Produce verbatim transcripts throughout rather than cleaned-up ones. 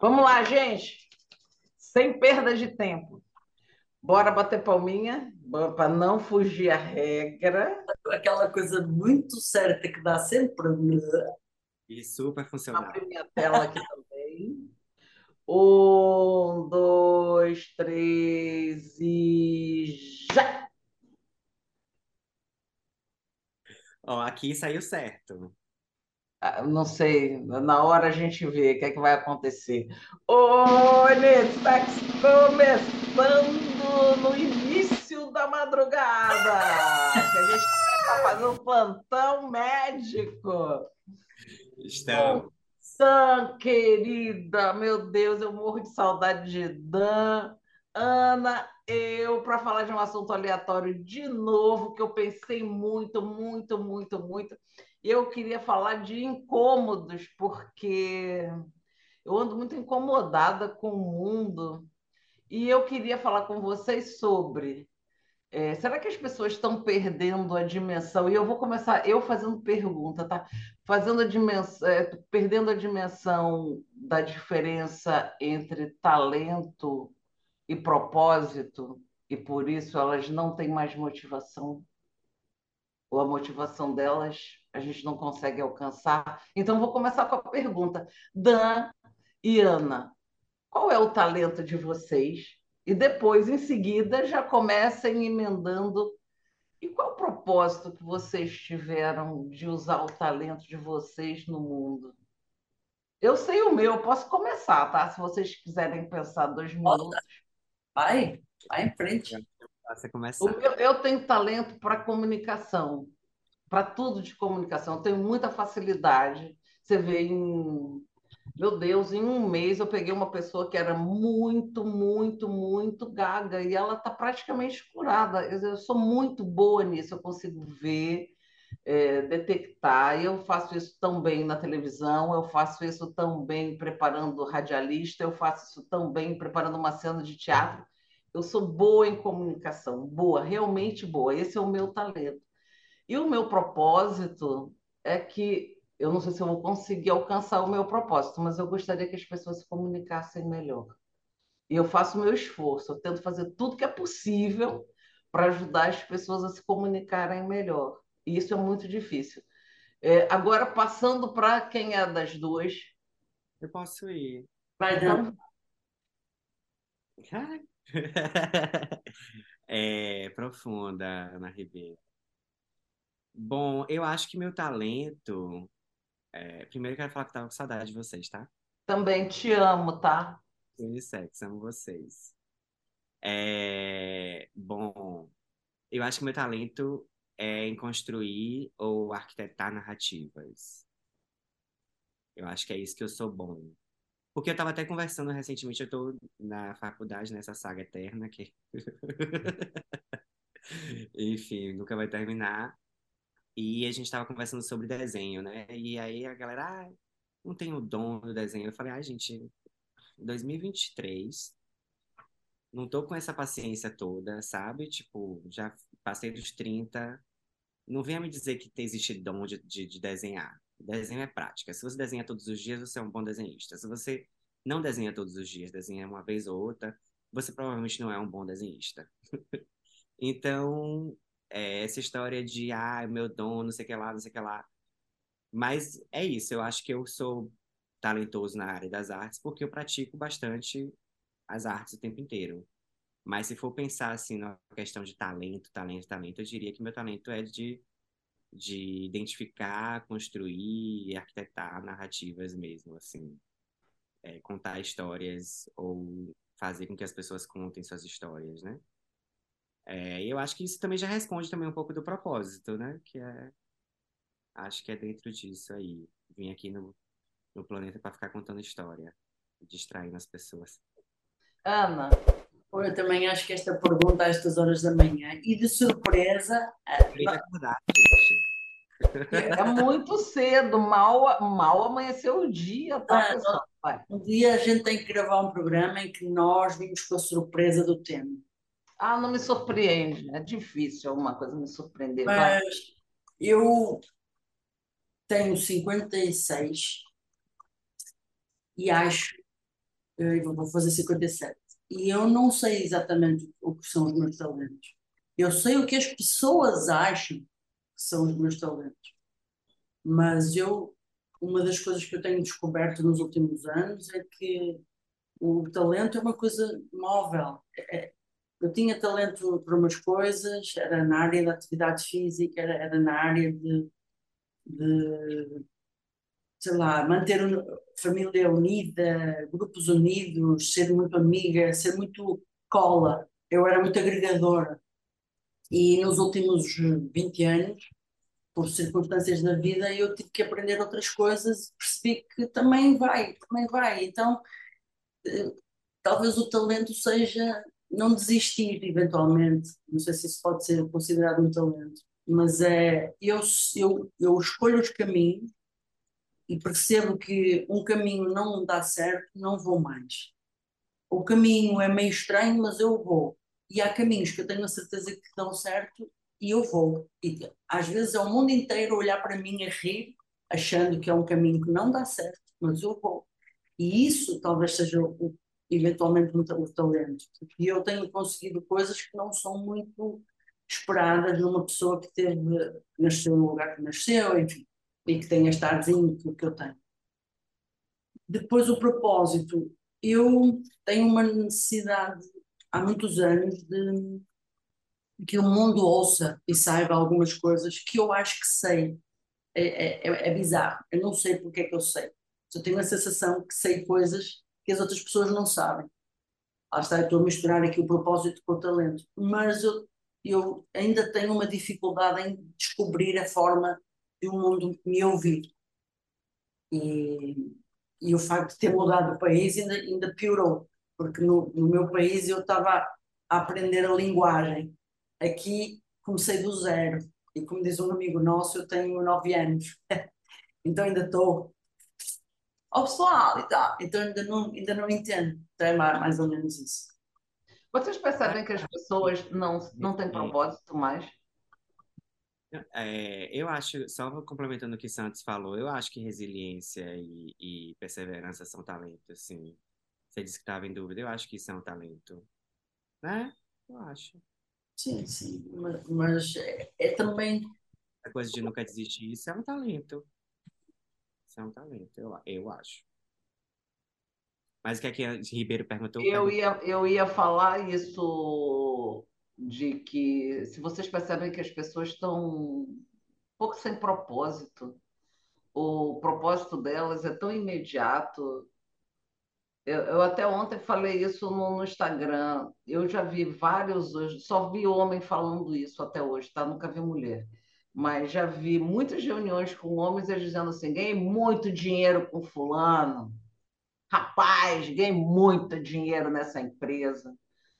Vamos lá, gente. Sem perda de tempo. Bora bater palminha para não fugir à regra. Aquela coisa muito certa que dá sempre melhor. E super Abrir funcional. minha tela aqui também. Um, dois, três e já! Ó, aqui saiu certo. Ah, não sei, na hora a gente vê o que é que vai acontecer. Oi, Inês, está começando no início da madrugada, que a gente está fazendo plantão médico. Estamos. Dan, querida, meu Deus, eu morro de saudade de Dan. Ana, eu, para falar de um assunto aleatório de novo, que eu pensei muito, muito, muito, muito, eu queria falar de incômodos, porque eu ando muito incomodada com o mundo e eu queria falar com vocês sobre. É, será que as pessoas estão perdendo a dimensão? E eu vou começar eu fazendo pergunta, tá? Fazendo a dimensão, é, perdendo a dimensão da diferença entre talento e propósito, e por isso elas não têm mais motivação, ou a motivação delas a gente não consegue alcançar. Então, vou começar com a pergunta. Dan e Ana, qual é o talento de vocês? E depois, em seguida, já comecem emendando. E qual é o propósito que vocês tiveram de usar o talento de vocês no mundo? Eu sei o meu, posso começar, tá? Se vocês quiserem pensar dois Bota, minutos. vai, vai em frente. Você O começar. meu- eu tenho talento para comunicação, para tudo de comunicação. Eu tenho muita facilidade. Você vê em, meu Deus, em um mês eu peguei uma pessoa que era muito, muito, muito gaga e ela está praticamente curada. Eu, eu sou muito boa nisso, eu consigo ver, é, detectar. E eu faço isso também na televisão, eu faço isso também preparando radialista, eu faço isso também preparando uma cena de teatro. Eu sou boa em comunicação, boa, realmente boa. Esse é o meu talento. E o meu propósito é que eu não sei se eu vou conseguir alcançar o meu propósito, mas eu gostaria que as pessoas se comunicassem melhor. E eu faço o meu esforço, eu tento fazer tudo que é possível para ajudar as pessoas a se comunicarem melhor. E isso é muito difícil. É, agora, passando para quem é das duas, Eu posso ir. Vai dando. então, Ai. É profunda, Ana Ribeiro. Bom, eu acho que meu talento. é, Primeiro eu quero falar que eu tava com saudade de vocês, tá? também te amo, tá? Unissex, amo vocês. É... Bom, eu acho que meu talento é em construir ou arquitetar narrativas. Eu acho que é isso que eu sou bom. Porque eu estava até conversando recentemente, eu estou na faculdade, nessa saga eterna, que, enfim, nunca vai terminar. E a gente estava conversando sobre desenho, né? E aí a galera, ah, não tem o dom do desenho. Eu falei, ah, gente, dois mil e vinte e três, não tô com essa paciência toda, sabe? Tipo, já passei dos trinta. Não venha me dizer que existe dom de, de, de desenhar. Desenho é prática. Se você desenha todos os dias, você é um bom desenhista. Se você não desenha todos os dias, desenha uma vez ou outra, você provavelmente não é um bom desenhista. Então, é, essa história de, ah, meu dom, não sei o que lá, não sei o que lá. Mas é isso, eu acho que eu sou talentoso na área das artes porque eu pratico bastante as artes o tempo inteiro. Mas se for pensar assim na questão de talento, talento, talento, eu diria que meu talento é de de identificar, construir e arquitetar narrativas mesmo, assim, é, contar histórias ou fazer com que as pessoas contem suas histórias, né? É, e eu acho que isso também já responde também um pouco do propósito, né? Que é, acho que é dentro disso aí. Vim aqui no, no planeta para ficar contando história, distraindo as pessoas. Ana, Eu também acho que esta pergunta a estas horas da manhã e de surpresa, ah, Acabei de não, acordar, gente. é muito cedo, mal, mal amanheceu o dia, tá, pessoal? Vai. um dia a gente tem que gravar um programa em que nós vimos com a surpresa do tema. Ah, não me surpreende. É difícil alguma coisa me surpreender. Vai. Mas eu tenho cinquenta e seis e acho eu vou fazer cinquenta e sete. E eu não sei exatamente o que são os meus talentos. Eu sei o que as pessoas acham que são os meus talentos. Mas eu, uma das coisas que eu tenho descoberto nos últimos anos é que o talento é uma coisa móvel. É- eu tinha talento para umas coisas, era na área da atividade física, era, era na área de, de, sei lá, manter a família unida, grupos unidos, ser muito amiga, ser muito cola. Eu era muito agregadora. E nos últimos vinte anos, por circunstâncias da vida, eu tive que aprender outras coisas e percebi que também vai, também vai. Então, eh, talvez o talento seja não desistir eventualmente. Não sei se isso pode ser considerado um talento, mas é eu, eu, eu escolho os caminhos e percebo que um caminho não dá certo, não vou mais. O caminho é meio estranho, mas eu vou. E há caminhos que eu tenho a certeza que dão certo e eu vou. E às vezes é o mundo inteiro a olhar para mim a rir, achando que é um caminho que não dá certo, mas eu vou. E isso talvez seja o, eventualmente um, ta- o talento. Porque eu tenho conseguido coisas que não são muito esperadas numa pessoa que teve, que nasceu no lugar que nasceu, enfim, e que tem este arzinho que, que eu tenho. Depois o propósito. Eu tenho uma necessidade há muitos anos de que o mundo ouça e saiba algumas coisas que eu acho que sei. É, é, é bizarro. Eu não sei porque é que eu sei. Eu tenho a sensação que sei coisas que as outras pessoas não sabem. Lá está, eu estou a misturar aqui o propósito com o talento. Mas eu, eu ainda tenho uma dificuldade em descobrir a forma de o mundo me ouvir. E, e o facto de ter mudado de país ainda, ainda piorou, porque no, no meu país eu estava a aprender a linguagem. Aqui comecei do zero. E como diz um amigo nosso, eu tenho nove anos. Então ainda estou. Ó pessoal, e tal. Então ainda não, ainda não entendo. Então é mais, mais ou menos isso. Vocês percebem que as pessoas não, não têm É, propósito mais? é, eu acho, só complementando o que Santos falou, eu acho que resiliência e, e perseverança são talentos, sim. Você disse que estava em dúvida, eu acho que isso é um talento, né? Eu acho. Sim, sim. Mas, mas é, é também. A coisa de nunca desistir, isso é um talento. Isso é um talento, eu, eu acho. Mas o que é que a Ribeiro perguntou? Eu Perguntou. ia, eu ia falar isso de que se vocês percebem que as pessoas estão um pouco sem propósito, o propósito delas é tão imediato. Eu, eu até ontem falei isso no, no Instagram. Eu já vi vários, hoje, só vi homem falando isso até hoje, tá? Nunca vi mulher. Mas já vi muitas reuniões com homens eles dizendo assim: ganhei muito dinheiro com fulano. Rapaz, ganhei muito dinheiro nessa empresa.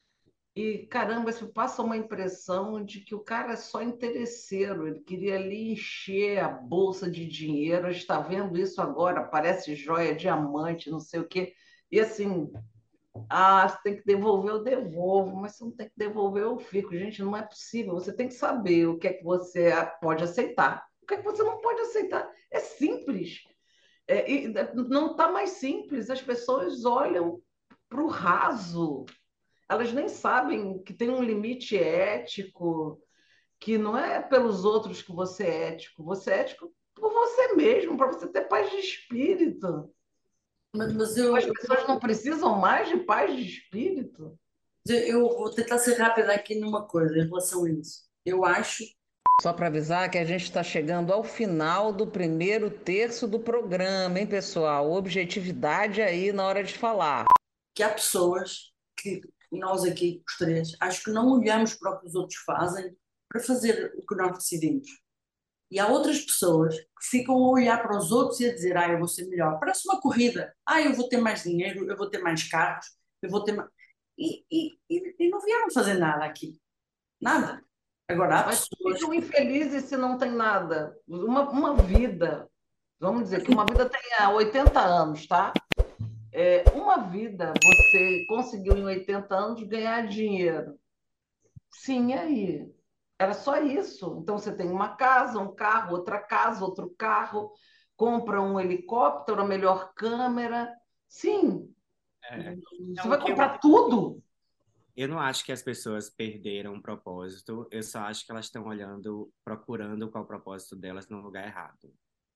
E caramba, isso passa uma impressão de que o cara é só interesseiro, ele queria ali encher a bolsa de dinheiro, a gente está vendo isso agora, parece joia, diamante, não sei o quê. E assim, ah, você tem que devolver, eu devolvo, mas você não tem que devolver, eu fico. Gente, não é possível. Você tem que saber o que é que você pode aceitar, o que é que você não pode aceitar. É simples. É, e não está mais simples. As pessoas olham para o raso. Elas nem sabem que tem um limite ético, que não é pelos outros que você é ético. Você é ético por você mesmo, para você ter paz de espírito. Mas, mas As eu, pessoas não precisam mais de paz de espírito. eu vou tentar ser rápida aqui numa coisa em relação a isso. Eu acho Só para avisar que a gente está chegando ao final do primeiro terço do programa, hein, pessoal? Objetividade aí na hora de falar. que há pessoas que nós aqui, os três, acho que não olhamos para o que os outros fazem para fazer o que nós decidimos. E há outras pessoas que ficam a olhar para os outros e a dizer: ah, eu vou ser melhor. Parece uma corrida. Ah, eu vou ter mais dinheiro, eu vou ter mais carros, eu vou ter mais. E, e, e, e não vieram fazer nada aqui. Nada. Agora, há Mas pessoas ficam que. infelizes se não tem nada. Uma, uma vida, vamos dizer que uma vida tenha oitenta anos, tá? É, uma vida você conseguiu em oitenta anos ganhar dinheiro. Sim, e aí? Era só isso. Então você tem uma casa, um carro, outra casa, outro carro, compra um helicóptero, a melhor câmera. Sim, É. Você Então, o vai que eu, comprar tudo? eu não acho que as pessoas perderam o propósito, eu só acho que elas estão olhando, procurando qual é o propósito delas no lugar errado.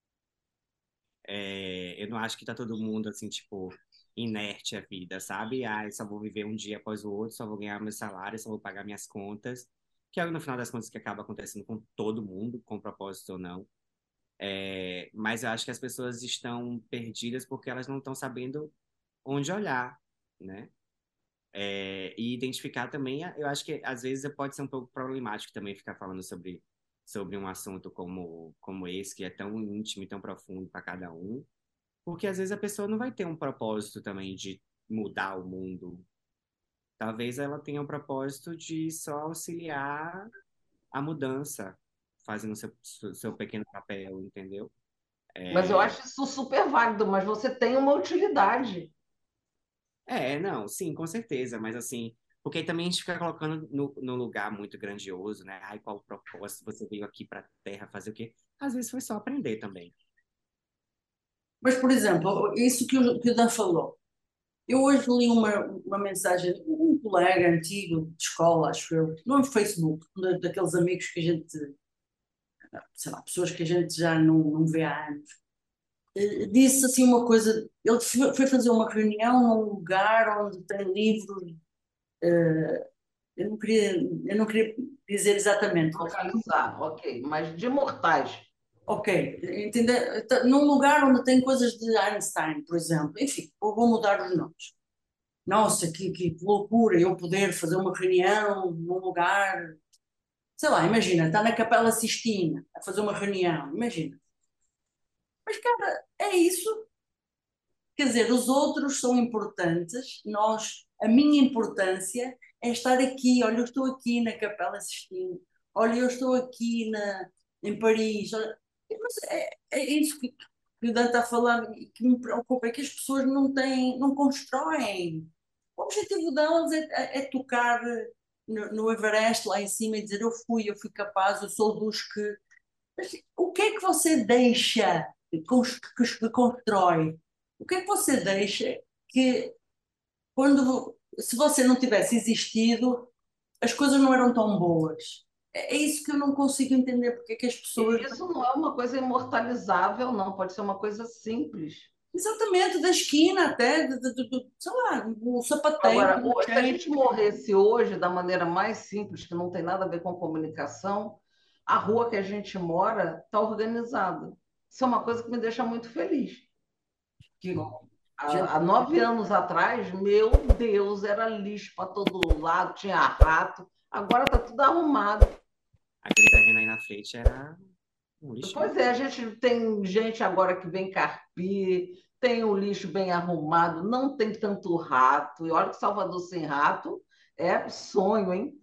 É, eu não acho que tá todo mundo assim, tipo, inerte à vida, sabe? Ah, eu só vou viver um dia após o outro, só vou ganhar meu salário, só vou pagar minhas contas, que é no final das contas que acaba acontecendo com todo mundo, com propósito ou não. É, mas eu acho que as pessoas estão perdidas porque elas não estão sabendo onde olhar, né? É, e identificar também, eu acho que às vezes pode ser um pouco problemático também ficar falando sobre, sobre um assunto como, como esse, que é tão íntimo e tão profundo para cada um, porque às vezes a pessoa não vai ter um propósito também de mudar o mundo. Talvez ela tenha um propósito de só auxiliar a mudança, fazendo seu, seu pequeno papel, entendeu? Mas eu É, acho isso super válido, mas você tem uma utilidade. É, não, sim, com certeza, mas assim, porque aí também a gente fica colocando no, no lugar muito grandioso, né? Ai, qual o propósito? Você veio aqui pra Terra fazer o quê? Às vezes foi só aprender também. Mas, por exemplo, isso que o, que o Dan falou. Eu hoje li uma, uma mensagem de um colega antigo de escola, acho eu, no Facebook, um da- daqueles amigos que a gente, sei lá, pessoas que a gente já não, não vê há anos. Eh, Disse assim uma coisa, ele foi foi fazer uma reunião num lugar onde tem livros, eu não queria, eu não queria dizer exatamente, mas Localizar, ok. Mas de mortais. ok, entender, num lugar onde tem coisas de Einstein, por exemplo, enfim, vou vou mudar os nomes. Nossa, que, que loucura eu poder fazer uma reunião num lugar, sei lá, imagina, está na Capela Sistina a fazer uma reunião, imagina. Mas, cara, é isso. Quer dizer, os outros são importantes, nós, a minha importância é estar aqui. Olha, eu estou aqui na Capela Sistina, olha, eu estou aqui na, em Paris. Olha, mas é, é isso que, que o Dan está a falar e que me preocupa, é que as pessoas não têm, não constroem. O objetivo delas é, é, é tocar no, no Everest lá em cima e dizer eu fui, eu fui capaz, eu sou dos que. Mas o que é que você deixa que, cons- que, que constrói? O que é que você deixa que quando se você não tivesse existido, as coisas não eram tão boas? É, é isso que eu não consigo entender porque é que as pessoas. E isso não é uma coisa imortalizável, não. Pode ser uma coisa simples. Exatamente, da esquina até, de, de, de, de- sei lá, o sapateiro Agora, que não o- se a tem. gente morresse hoje da maneira mais simples, que não tem nada a ver com comunicação, a rua que a gente mora está organizada. Isso é uma coisa que me deixa muito feliz. Que há, há Gente, nove anos atrás, meu Deus, era lixo para todo lado, tinha rato. Agora está tudo arrumado. Aquele terreno aí na frente era um lixo Pois mesmo. é, a gente tem gente agora que vem carpir, tem o lixo bem arrumado, não tem tanto rato. E olha que Salvador sem rato é sonho, hein?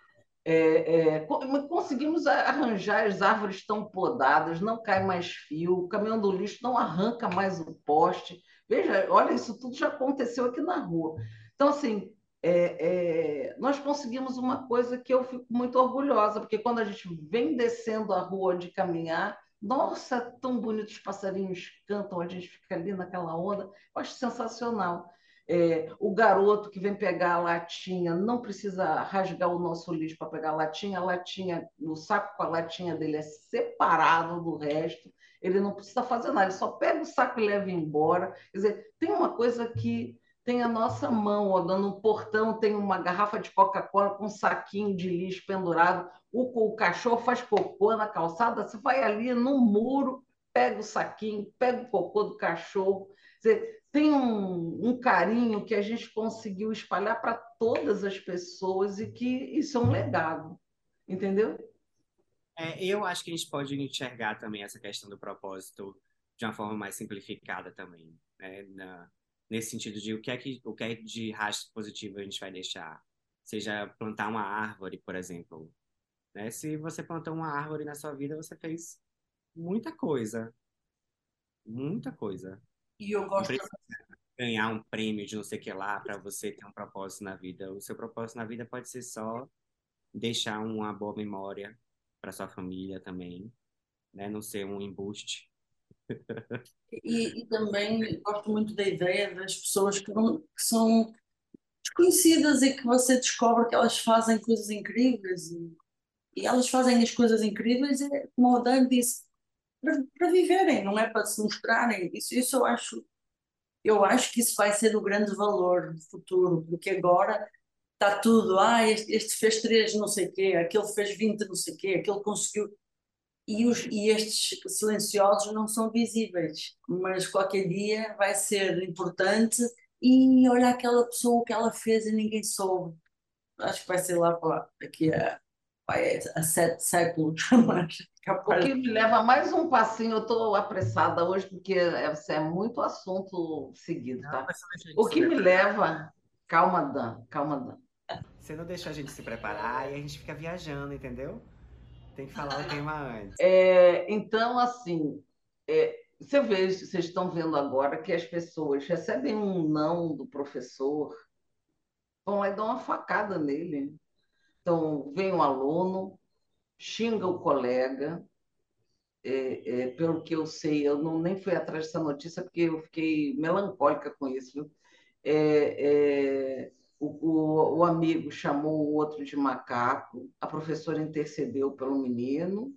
É, é, conseguimos arranjar, as árvores estão podadas, não cai mais fio, o caminhão do lixo não arranca mais o poste. Veja, olha, isso tudo já aconteceu aqui na rua. Então, assim, é, é, nós conseguimos uma coisa que eu fico muito orgulhosa, porque quando a gente vem descendo a rua de caminhar, nossa, é tão bonito, os passarinhos cantam, a gente fica ali naquela onda, eu acho sensacional. É, o garoto que vem pegar a latinha não precisa rasgar o nosso lixo para pegar a latinha, a latinha, o saco com a latinha dele é separado do resto, ele não precisa fazer nada, ele só pega o saco e leva embora. Quer dizer, tem uma coisa que tem a nossa mão, ó, no portão tem uma garrafa de Coca-Cola com um saquinho de lixo pendurado, o, o cachorro faz cocô na calçada, você vai ali no muro, pega o saquinho, pega o cocô do cachorro. Quer dizer, tem um, um carinho que a gente conseguiu espalhar para todas as pessoas e que isso é um legado, entendeu? É, eu acho que a gente pode enxergar também essa questão do propósito de uma forma mais simplificada também, né? Na- nesse sentido de o que é que, o que é de rastro positivo a gente vai deixar. Seja plantar uma árvore, por exemplo, né? Se você plantou uma árvore na sua vida, você fez muita coisa, muita coisa. e eu Não gosto. precisa ganhar um prêmio de não sei o que lá para você ter um propósito na vida. O seu propósito na vida pode ser só deixar uma boa memória para sua família também, né? Não ser um embuste. E, e também gosto muito da ideia das pessoas que, não, que são desconhecidas e que você descobre que elas fazem coisas incríveis e, e elas fazem as coisas incríveis, é, como o Dan disse, para, para viverem, não é para se mostrarem. Isso, isso eu acho, eu acho que isso vai ser o grande valor do futuro, porque agora está tudo, ah, este, este fez três não sei quê, aquele fez vinte não sei quê, aquele conseguiu. E, os, e estes silenciosos não são visíveis, mas qualquer dia vai ser importante e olha aquela pessoa que ela fez e ninguém soube. Acho que vai ser lá para daqui a, vai, a sete séculos, mas O capaz. que me leva mais um passinho, eu estou apressada hoje, porque é, é muito assunto seguido, Não, tá? mas só deixa a gente O se que me preparar. leva. Calma, Dan, calma, Dan. Você não deixa a gente se preparar e a gente fica viajando, entendeu? Tem que falar o tema antes. É, então, assim, é, você vê, vocês estão vendo agora que as pessoas recebem um não do professor, vão lá e dão uma facada nele. Então, vem um aluno, xinga o colega, é, é, pelo que eu sei, eu não, nem fui atrás dessa notícia porque eu fiquei melancólica com isso, viu? É, é, o, o, o amigo chamou o outro de macaco, a professora intercedeu pelo menino,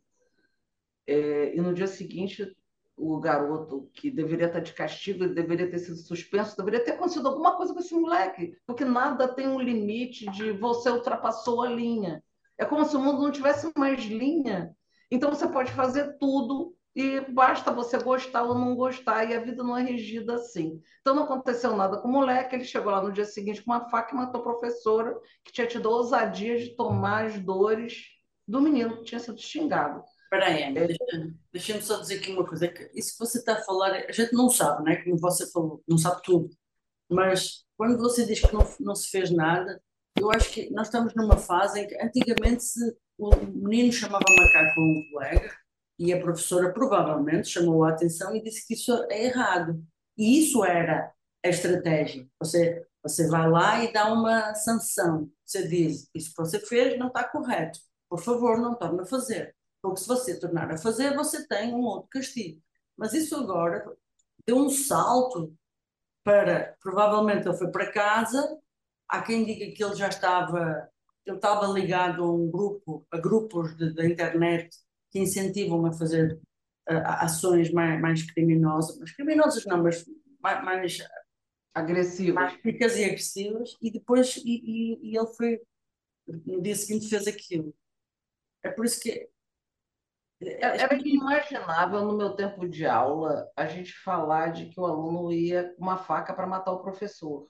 é, e no dia seguinte o garoto que deveria estar de castigo, ele deveria ter sido suspenso, deveria ter acontecido alguma coisa com esse moleque, porque nada tem um limite de você ultrapassou a linha. É como se o mundo não tivesse mais linha. Então você pode fazer tudo e basta você gostar ou não gostar, e a vida não é regida assim. Então não aconteceu nada com o moleque, ele chegou lá no dia seguinte com uma faca e matou a professora, que tinha tido a ousadia de tomar as dores do menino que tinha sido xingado. Espera aí, Ana, deixa- deixa-me só dizer aqui uma coisa, que isso que você está a falar, a gente não sabe, né? Como você falou, não sabe tudo, mas quando você diz que não, não se fez nada, eu acho que nós estamos numa fase em que antigamente se o menino chamava macaco a um colega e a professora provavelmente chamou a atenção e disse que isso é errado. E isso era a estratégia. Você, você vai lá e dá uma sanção. Você diz, isso que você fez não está correto. Por favor, não torne a fazer. Porque se você tornar a fazer, você tem um outro castigo. Mas isso agora deu um salto para, provavelmente ele foi para casa, há quem diga que ele já estava, ele estava ligado a um grupo, a grupos da internet que incentivam a fazer uh, ações mais, mais criminosas, mas criminosas não, mas mais, mais, Agressivas. mais ricas e agressivas, e depois e, e, e ele foi, no dia seguinte fez aquilo. É por isso que é, é, Era inimaginável no meu tempo de aula a gente falar de que o aluno ia com uma faca para matar o professor.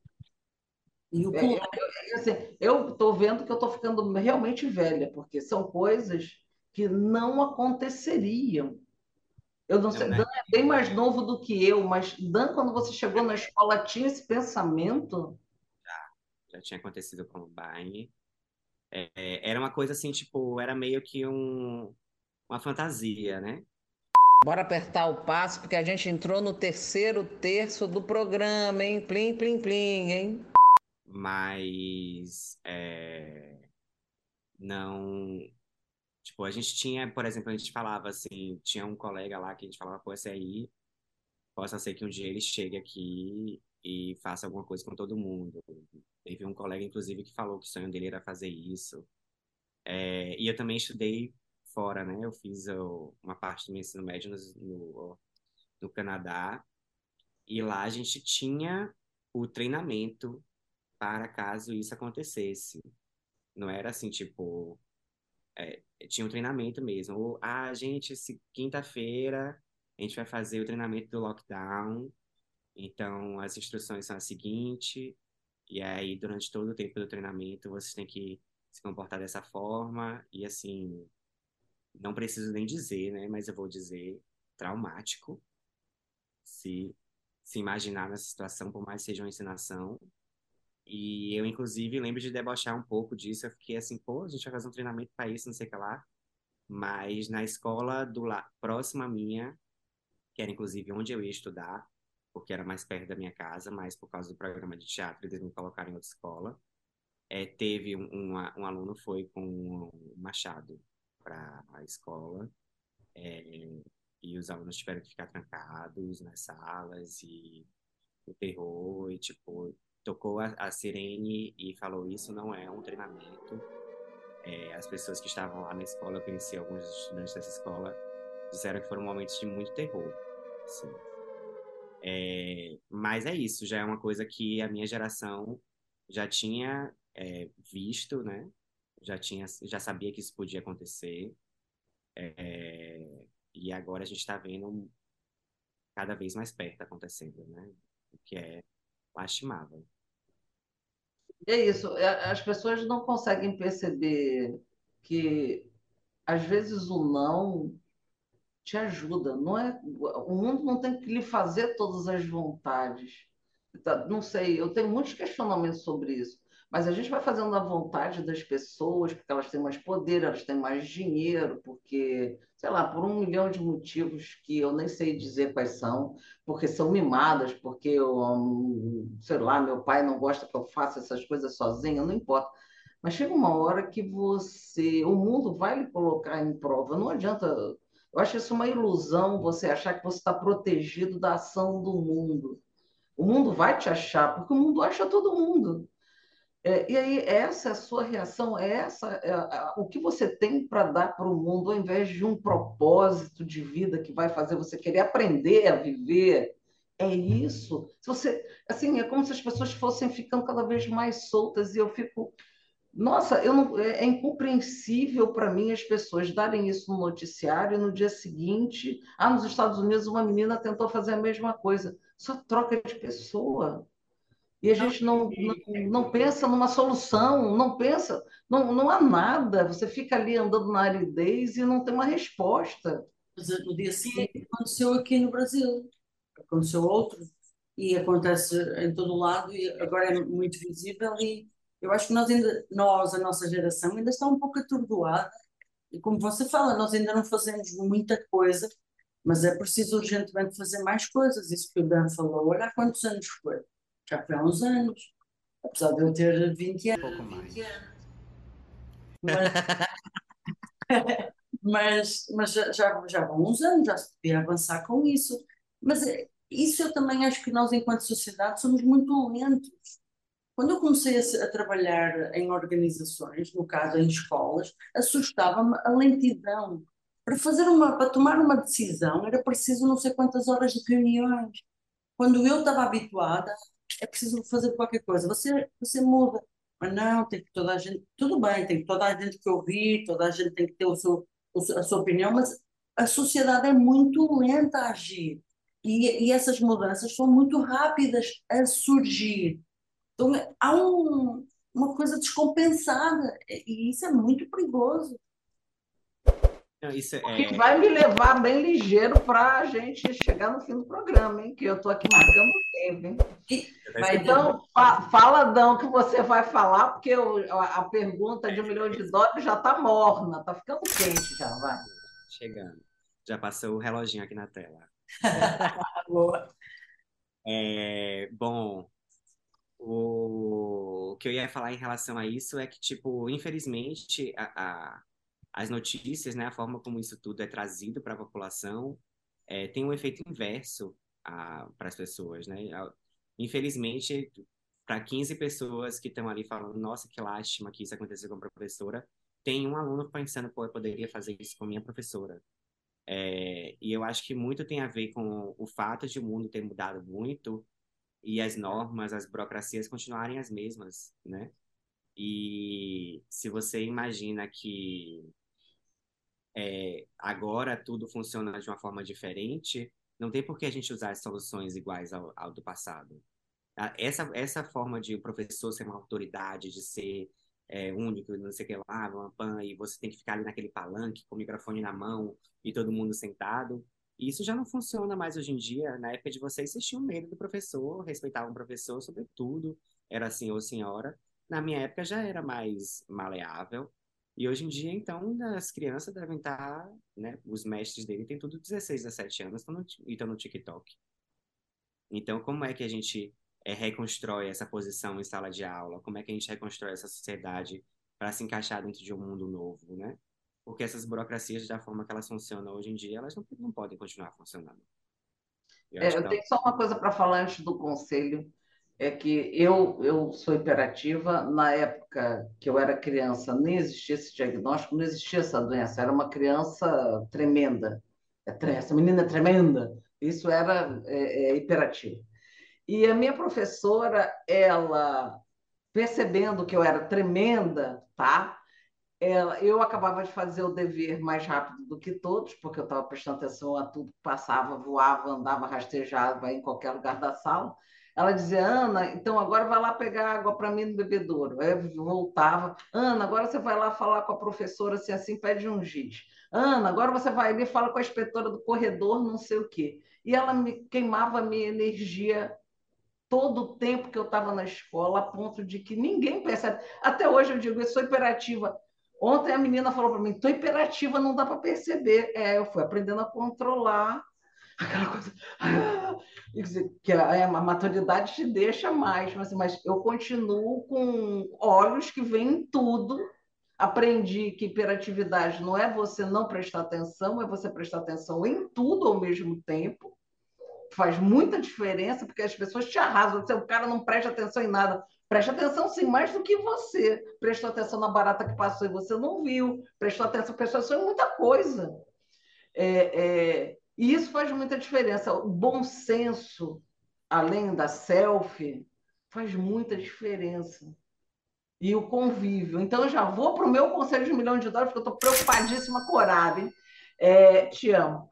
e o É, colega, Eu, eu, assim, eu estou vendo que eu estou ficando realmente velha, porque são coisas que não aconteceriam. Eu não Não, sei, né? Dan é bem mais novo do que eu, mas Dan, quando você chegou na escola, tinha esse pensamento? Já tinha acontecido com o Barney. É, era uma coisa assim, tipo, era meio que um, uma fantasia, né? Bora apertar o passo, porque a gente entrou no terceiro terço do programa, hein? Plim, plim, plim, hein? Mas é, não. Tipo, a gente tinha, por exemplo, a gente falava assim, tinha um colega lá que a gente falava, pô, esse aí, possa ser que um dia ele chegue aqui e faça alguma coisa com todo mundo. Teve um colega, inclusive, que falou que o sonho dele era fazer isso. É, e eu também estudei fora, né? Eu fiz ó, uma parte do meu ensino médio no, no, no Canadá, e lá a gente tinha o treinamento para caso isso acontecesse. Não era assim, tipo, é, tinha um treinamento mesmo. Ou, ah, gente, se quinta-feira a gente vai fazer o treinamento do lockdown, então as instruções são as seguintes, e aí durante todo o tempo do treinamento vocês têm que se comportar dessa forma, e assim, não preciso nem dizer, né, mas eu vou dizer, traumático, se se imaginar nessa situação, por mais que seja uma encenação. E eu, inclusive, lembro de debochar um pouco disso. Eu fiquei assim, pô, a gente vai fazer um treinamento para isso, não sei o que lá. Mas na escola do la... próxima à minha, que era inclusive onde eu ia estudar, porque era mais perto da minha casa, mas por causa do programa de teatro eles me colocaram em outra escola, é, teve um, um, um aluno foi com um machado para a escola, é, e os alunos tiveram que ficar trancados nas salas e o terror, e tipo, tocou a, a sirene e falou: isso não é um treinamento. É, as pessoas que estavam lá na escola, eu conheci alguns estudantes dessa escola, disseram que foram momentos de muito terror, assim. É, mas é isso, já é uma coisa que a minha geração já tinha é, visto, né? Já tinha, já sabia que isso podia acontecer. É, e agora a gente está vendo cada vez mais perto acontecendo, né? O que é lastimável. É isso, é, as pessoas não conseguem perceber que, às vezes, o não te ajuda. Não é, o mundo não tem que lhe fazer todas as vontades. Tá, não sei, eu tenho muitos questionamentos sobre isso. Mas a gente vai fazendo a vontade das pessoas, porque elas têm mais poder, elas têm mais dinheiro, porque, sei lá, por um milhão de motivos que eu nem sei dizer quais são, porque são mimadas, porque, eu, hum, sei lá, meu pai não gosta que eu faça essas coisas sozinha, não importa. Mas chega uma hora que você, o mundo vai lhe colocar em prova. Não adianta. Eu acho isso uma ilusão você achar que você está protegido da ação do mundo. O mundo vai te achar, porque o mundo acha todo mundo. É, e aí, essa é a sua reação, é essa é a- o que você tem para dar para o mundo, ao invés de um propósito de vida que vai fazer você querer aprender a viver. É isso. Se você, assim, é como se as pessoas fossem ficando cada vez mais soltas, e eu fico. Nossa, eu não, é é incompreensível para mim as pessoas darem isso no noticiário e no dia seguinte, ah, nos Estados Unidos uma menina tentou fazer a mesma coisa. Só troca de pessoa. E a Não, gente não, não, e- não pensa numa solução, não pensa, não, não há nada. Você fica ali andando na aridez e não tem uma resposta. Mas eh, no dia E seguinte aconteceu aqui no Brasil, aconteceu outro, e acontece em todo o lado, e agora é muito visível, e eu acho que nós ainda, nós, a nossa geração, ainda está um pouco atordoada, e como você fala, nós ainda não fazemos muita coisa, mas é preciso urgentemente fazer mais coisas, isso que o Dan falou, olha há quantos anos foi? Já foi há uns anos, apesar de eu ter vinte um pouco mais. anos, mas, mas já, já, já vão uns anos, já se podia avançar com isso. Mas é, isso eu também acho que nós, enquanto sociedade, somos muito lentos. Quando eu comecei a, se- a trabalhar em organizações, no caso em escolas, assustava-me a lentidão. Para fazer uma, para tomar uma decisão era preciso não sei quantas horas de reuniões. Quando eu estava habituada, é preciso fazer qualquer coisa. Você, você muda. Mas não, tem que toda a gente. Tudo bem, tem que toda a gente que ouvir, toda a gente tem que ter o seu, o seu- a sua opinião, mas a sociedade é muito lenta a agir. E, e essas mudanças são muito rápidas a surgir. Então, é- há um, uma coisa descompensada. E isso é muito perigoso. Não, isso o que é, vai me levar bem ligeiro para a gente chegar no fim do programa, hein? Que eu estou aqui marcando o tempo, hein? E vai, Então, fa- fala, Dão, o que você vai falar, porque eu- a, a pergunta de um milhão de dólares já está morna, está ficando quente já, vai. chegando. Já passou o reloginho aqui na tela. boa. É, bom, o que eu ia falar em relação a isso é que, tipo, infelizmente, a, a- as notícias, né, a forma como isso tudo é trazido para a população, é, tem um efeito inverso para as pessoas, né? A- Infelizmente, para quinze pessoas que estão ali falando, nossa, que lástima que isso aconteceu com a professora, tem um aluno pensando, pô, eu poderia fazer isso com a minha professora. É, e eu acho que muito tem a ver com o fato de o mundo ter mudado muito e as normas, as burocracias continuarem as mesmas, né? E se você imagina que é, agora tudo funciona de uma forma diferente, não tem por que a gente usar as soluções iguais ao, ao do passado. A- Essa, essa forma de o professor ser uma autoridade, de ser é, único, não sei o que lá, uma pan, e você tem que ficar ali naquele palanque com o microfone na mão e todo mundo sentado, isso já não funciona mais hoje em dia. Na época de vocês, vocês tinham medo do professor, respeitavam o professor sobre tudo, era assim ou senhora. Na minha época já era mais maleável. E hoje em dia, então, as crianças devem estar, né? Os mestres dele têm tudo dezesseis, dezessete anos estão no, e estão no TikTok. Então, como é que a gente é, reconstrói essa posição em sala de aula? Como é que a gente reconstrói essa sociedade para se encaixar dentro de um mundo novo, né? porque essas burocracias, da forma que elas funcionam hoje em dia, elas não, não podem continuar funcionando. Eu É, acho que eu tá... tenho só uma coisa para falar antes do conselho, é que eu, eu sou hiperativa. Na época que eu era criança, nem existia esse diagnóstico, não existia essa doença. Era uma criança tremenda. É, tre- essa menina é tremenda. Isso era é, é, hiperativa. E a minha professora, ela, percebendo que eu era tremenda, tá? Ela, eu acabava de fazer o dever mais rápido do que todos, porque eu estava prestando atenção a tudo que passava, voava, andava, rastejava em qualquer lugar da sala. Ela dizia, Ana, então agora vai lá pegar água para mim no bebedouro. Aí eu voltava, Ana, agora você vai lá falar com a professora assim, assim, pede um giz. Ana, agora você vai ali e fala com a inspetora do corredor, não sei o quê. E ela me queimava a minha energia todo o tempo que eu estava na escola, a ponto de que ninguém percebe. Até hoje eu digo, eu sou hiperativa. Ontem a menina falou para mim, estou hiperativa, não dá para perceber. É, eu fui aprendendo a controlar aquela coisa. Ah, que a, a maturidade te deixa mais, mas, mas eu continuo com olhos que veem em tudo. Aprendi que hiperatividade não é você não prestar atenção, é você prestar atenção em tudo ao mesmo tempo. Faz muita diferença, porque as pessoas te arrasam. Você, o cara não presta atenção em nada. Presta atenção, sim, mais do que você. Prestou atenção na barata que passou e você não viu. Prestou atenção, prestou atenção em muita coisa. É, é, e isso faz muita diferença. O bom senso, além da selfie, faz muita diferença. E o convívio. Então, eu já vou para o meu conselho de um milhão de dólares, porque eu estou preocupadíssima com o horário. É, te amo.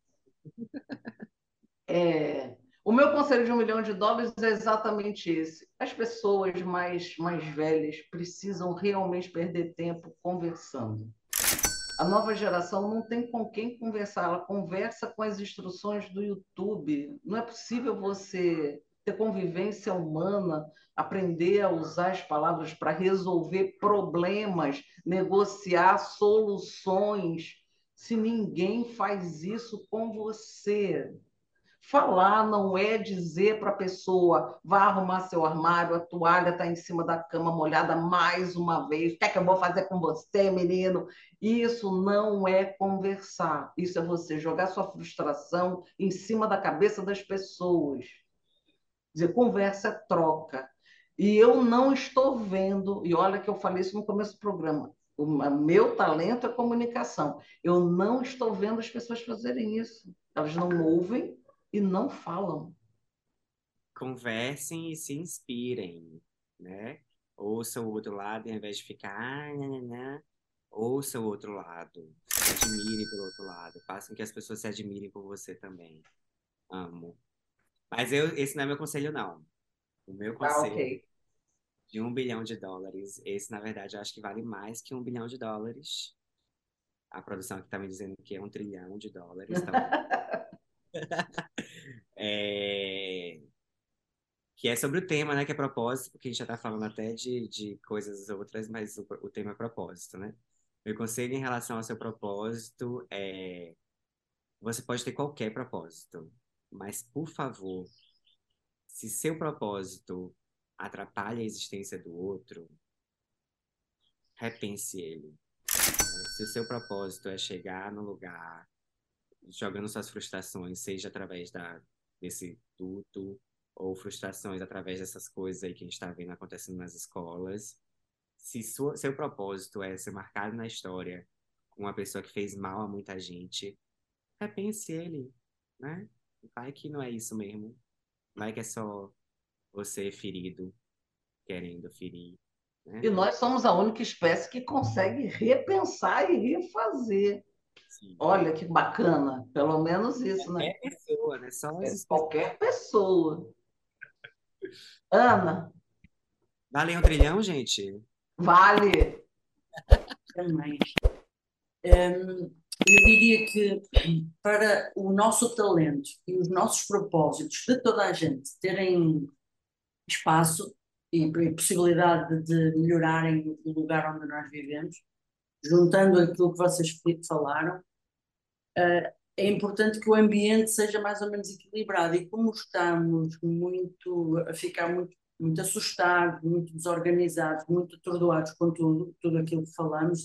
É, o meu conselho de um milhão de dólares é exatamente esse. As pessoas mais, mais velhas precisam realmente perder tempo conversando. A nova geração não tem com quem conversar, ela conversa com as instruções do YouTube. Não é possível você ter convivência humana, aprender a usar as palavras para resolver problemas, negociar soluções, se ninguém faz isso com você. Falar não é dizer para a pessoa, vá arrumar seu armário, a toalha está em cima da cama molhada mais uma vez, o que é que eu vou fazer com você, menino? Isso não é conversar, isso é você jogar sua frustração em cima da cabeça das pessoas. Dizer, conversa é troca. E eu não estou vendo, e olha que eu falei isso no começo do programa, o meu talento é comunicação. Eu não estou vendo as pessoas fazerem isso. Elas não ouvem e não falam. Conversem e se inspirem, né? Ouçam o outro lado, ao invés de ficar, ah, né, né, né. Ouça o outro lado. Se admire pelo outro lado. Façam que as pessoas se admirem por você também. Amo. Mas eu, esse não é meu conselho, não. O meu Ah, conselho ok. de um bilhão de dólares, esse, na verdade, eu acho que vale mais que um bilhão de dólares. A produção aqui tá me dizendo que é um trilhão de dólares, então... É... Que é sobre o tema, né? Que é propósito, porque a gente já tá falando até de, de coisas outras, mas o, o tema é propósito, né? Meu conselho em relação ao seu propósito é: você pode ter qualquer propósito, mas, por favor, se seu propósito atrapalha a existência do outro, repense ele, né? Se o seu propósito é chegar no lugar, jogando suas frustrações, seja através da, desse luto, ou frustrações através dessas coisas aí que a gente está vendo acontecendo nas escolas, se sua, seu propósito é ser marcado na história com uma pessoa que fez mal a muita gente, repense ele, né? Vai que não é isso mesmo. Vai que é só você ferido, querendo ferir, E né? nós somos a única espécie que consegue repensar e refazer. Sim. Olha que bacana, pelo menos isso, né? Qualquer pessoa, né? Só as É espécies. qualquer pessoa. Ana, Valeu um trilhão, gente? vale. Também. Hum, eu diria que para o nosso talento e os nossos propósitos de toda a gente terem espaço e possibilidade de melhorarem o lugar onde nós vivemos, juntando aquilo que vocês falaram, é importante que o ambiente seja mais ou menos equilibrado. E como estamos muito a ficar muito, muito assustados, muito desorganizados, muito atordoados com tudo, tudo aquilo que falamos, de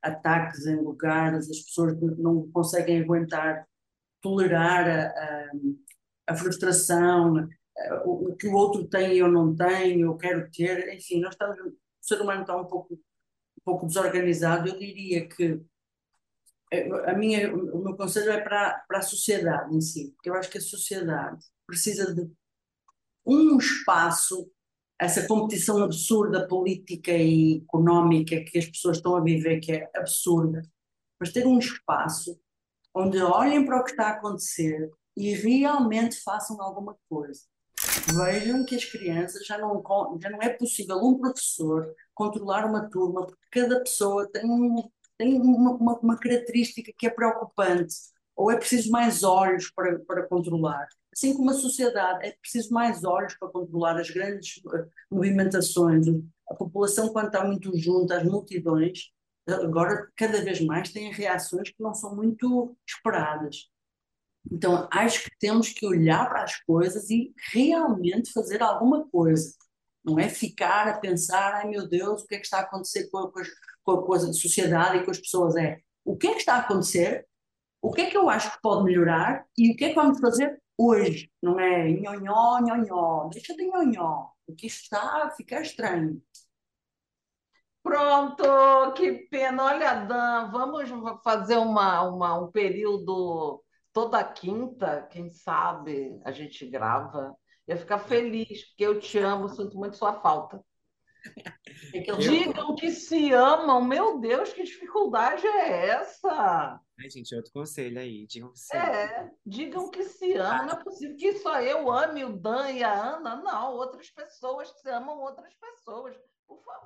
ataques em lugares, as pessoas não conseguem aguentar, tolerar a, a, a frustração, a, o, o que o outro tem e eu não tenho, eu quero ter, enfim, nós estamos, o ser humano está um pouco, um pouco desorganizado. Eu diria que a minha, o meu conselho é para, para a sociedade em si, porque eu acho que a sociedade precisa de um espaço, essa competição absurda política e económica que as pessoas estão a viver, que é absurda, mas ter um espaço onde olhem para o que está a acontecer e realmente façam alguma coisa. Vejam que as crianças já não, já não é possível um professor controlar uma turma, porque cada pessoa tem, um, tem uma, uma, uma característica que é preocupante, ou é preciso mais olhos para, para controlar. Assim como a sociedade, é preciso mais olhos para controlar as grandes movimentações. A população, quando está muito junta, as multidões, agora cada vez mais têm reações que não são muito esperadas. Então, acho que temos que olhar para as coisas e realmente fazer alguma coisa. Não é ficar a pensar, ai meu Deus, o que é que está a acontecer com a, com a, com a sociedade e com as pessoas? É, o que é que está a acontecer? O que é que eu acho que pode melhorar? E o que é que vamos fazer hoje? Não é nhonhó, nhonhó, deixa de nhonhó, porque isto está a ficar estranho. Pronto, que pena. Olha, Dan, vamos fazer uma, uma, um período toda quinta, quem sabe a gente grava. Eu ficar feliz, porque eu te amo, sinto muito sua falta. É que eles Eu, Digam que se amam, meu Deus, que dificuldade é essa? ai, gente, outro conselho aí, digam que se ama. É, digam que se amam. Não é possível que só eu ame o Dan e a Ana. Não, outras pessoas se amam outras pessoas. Por favor.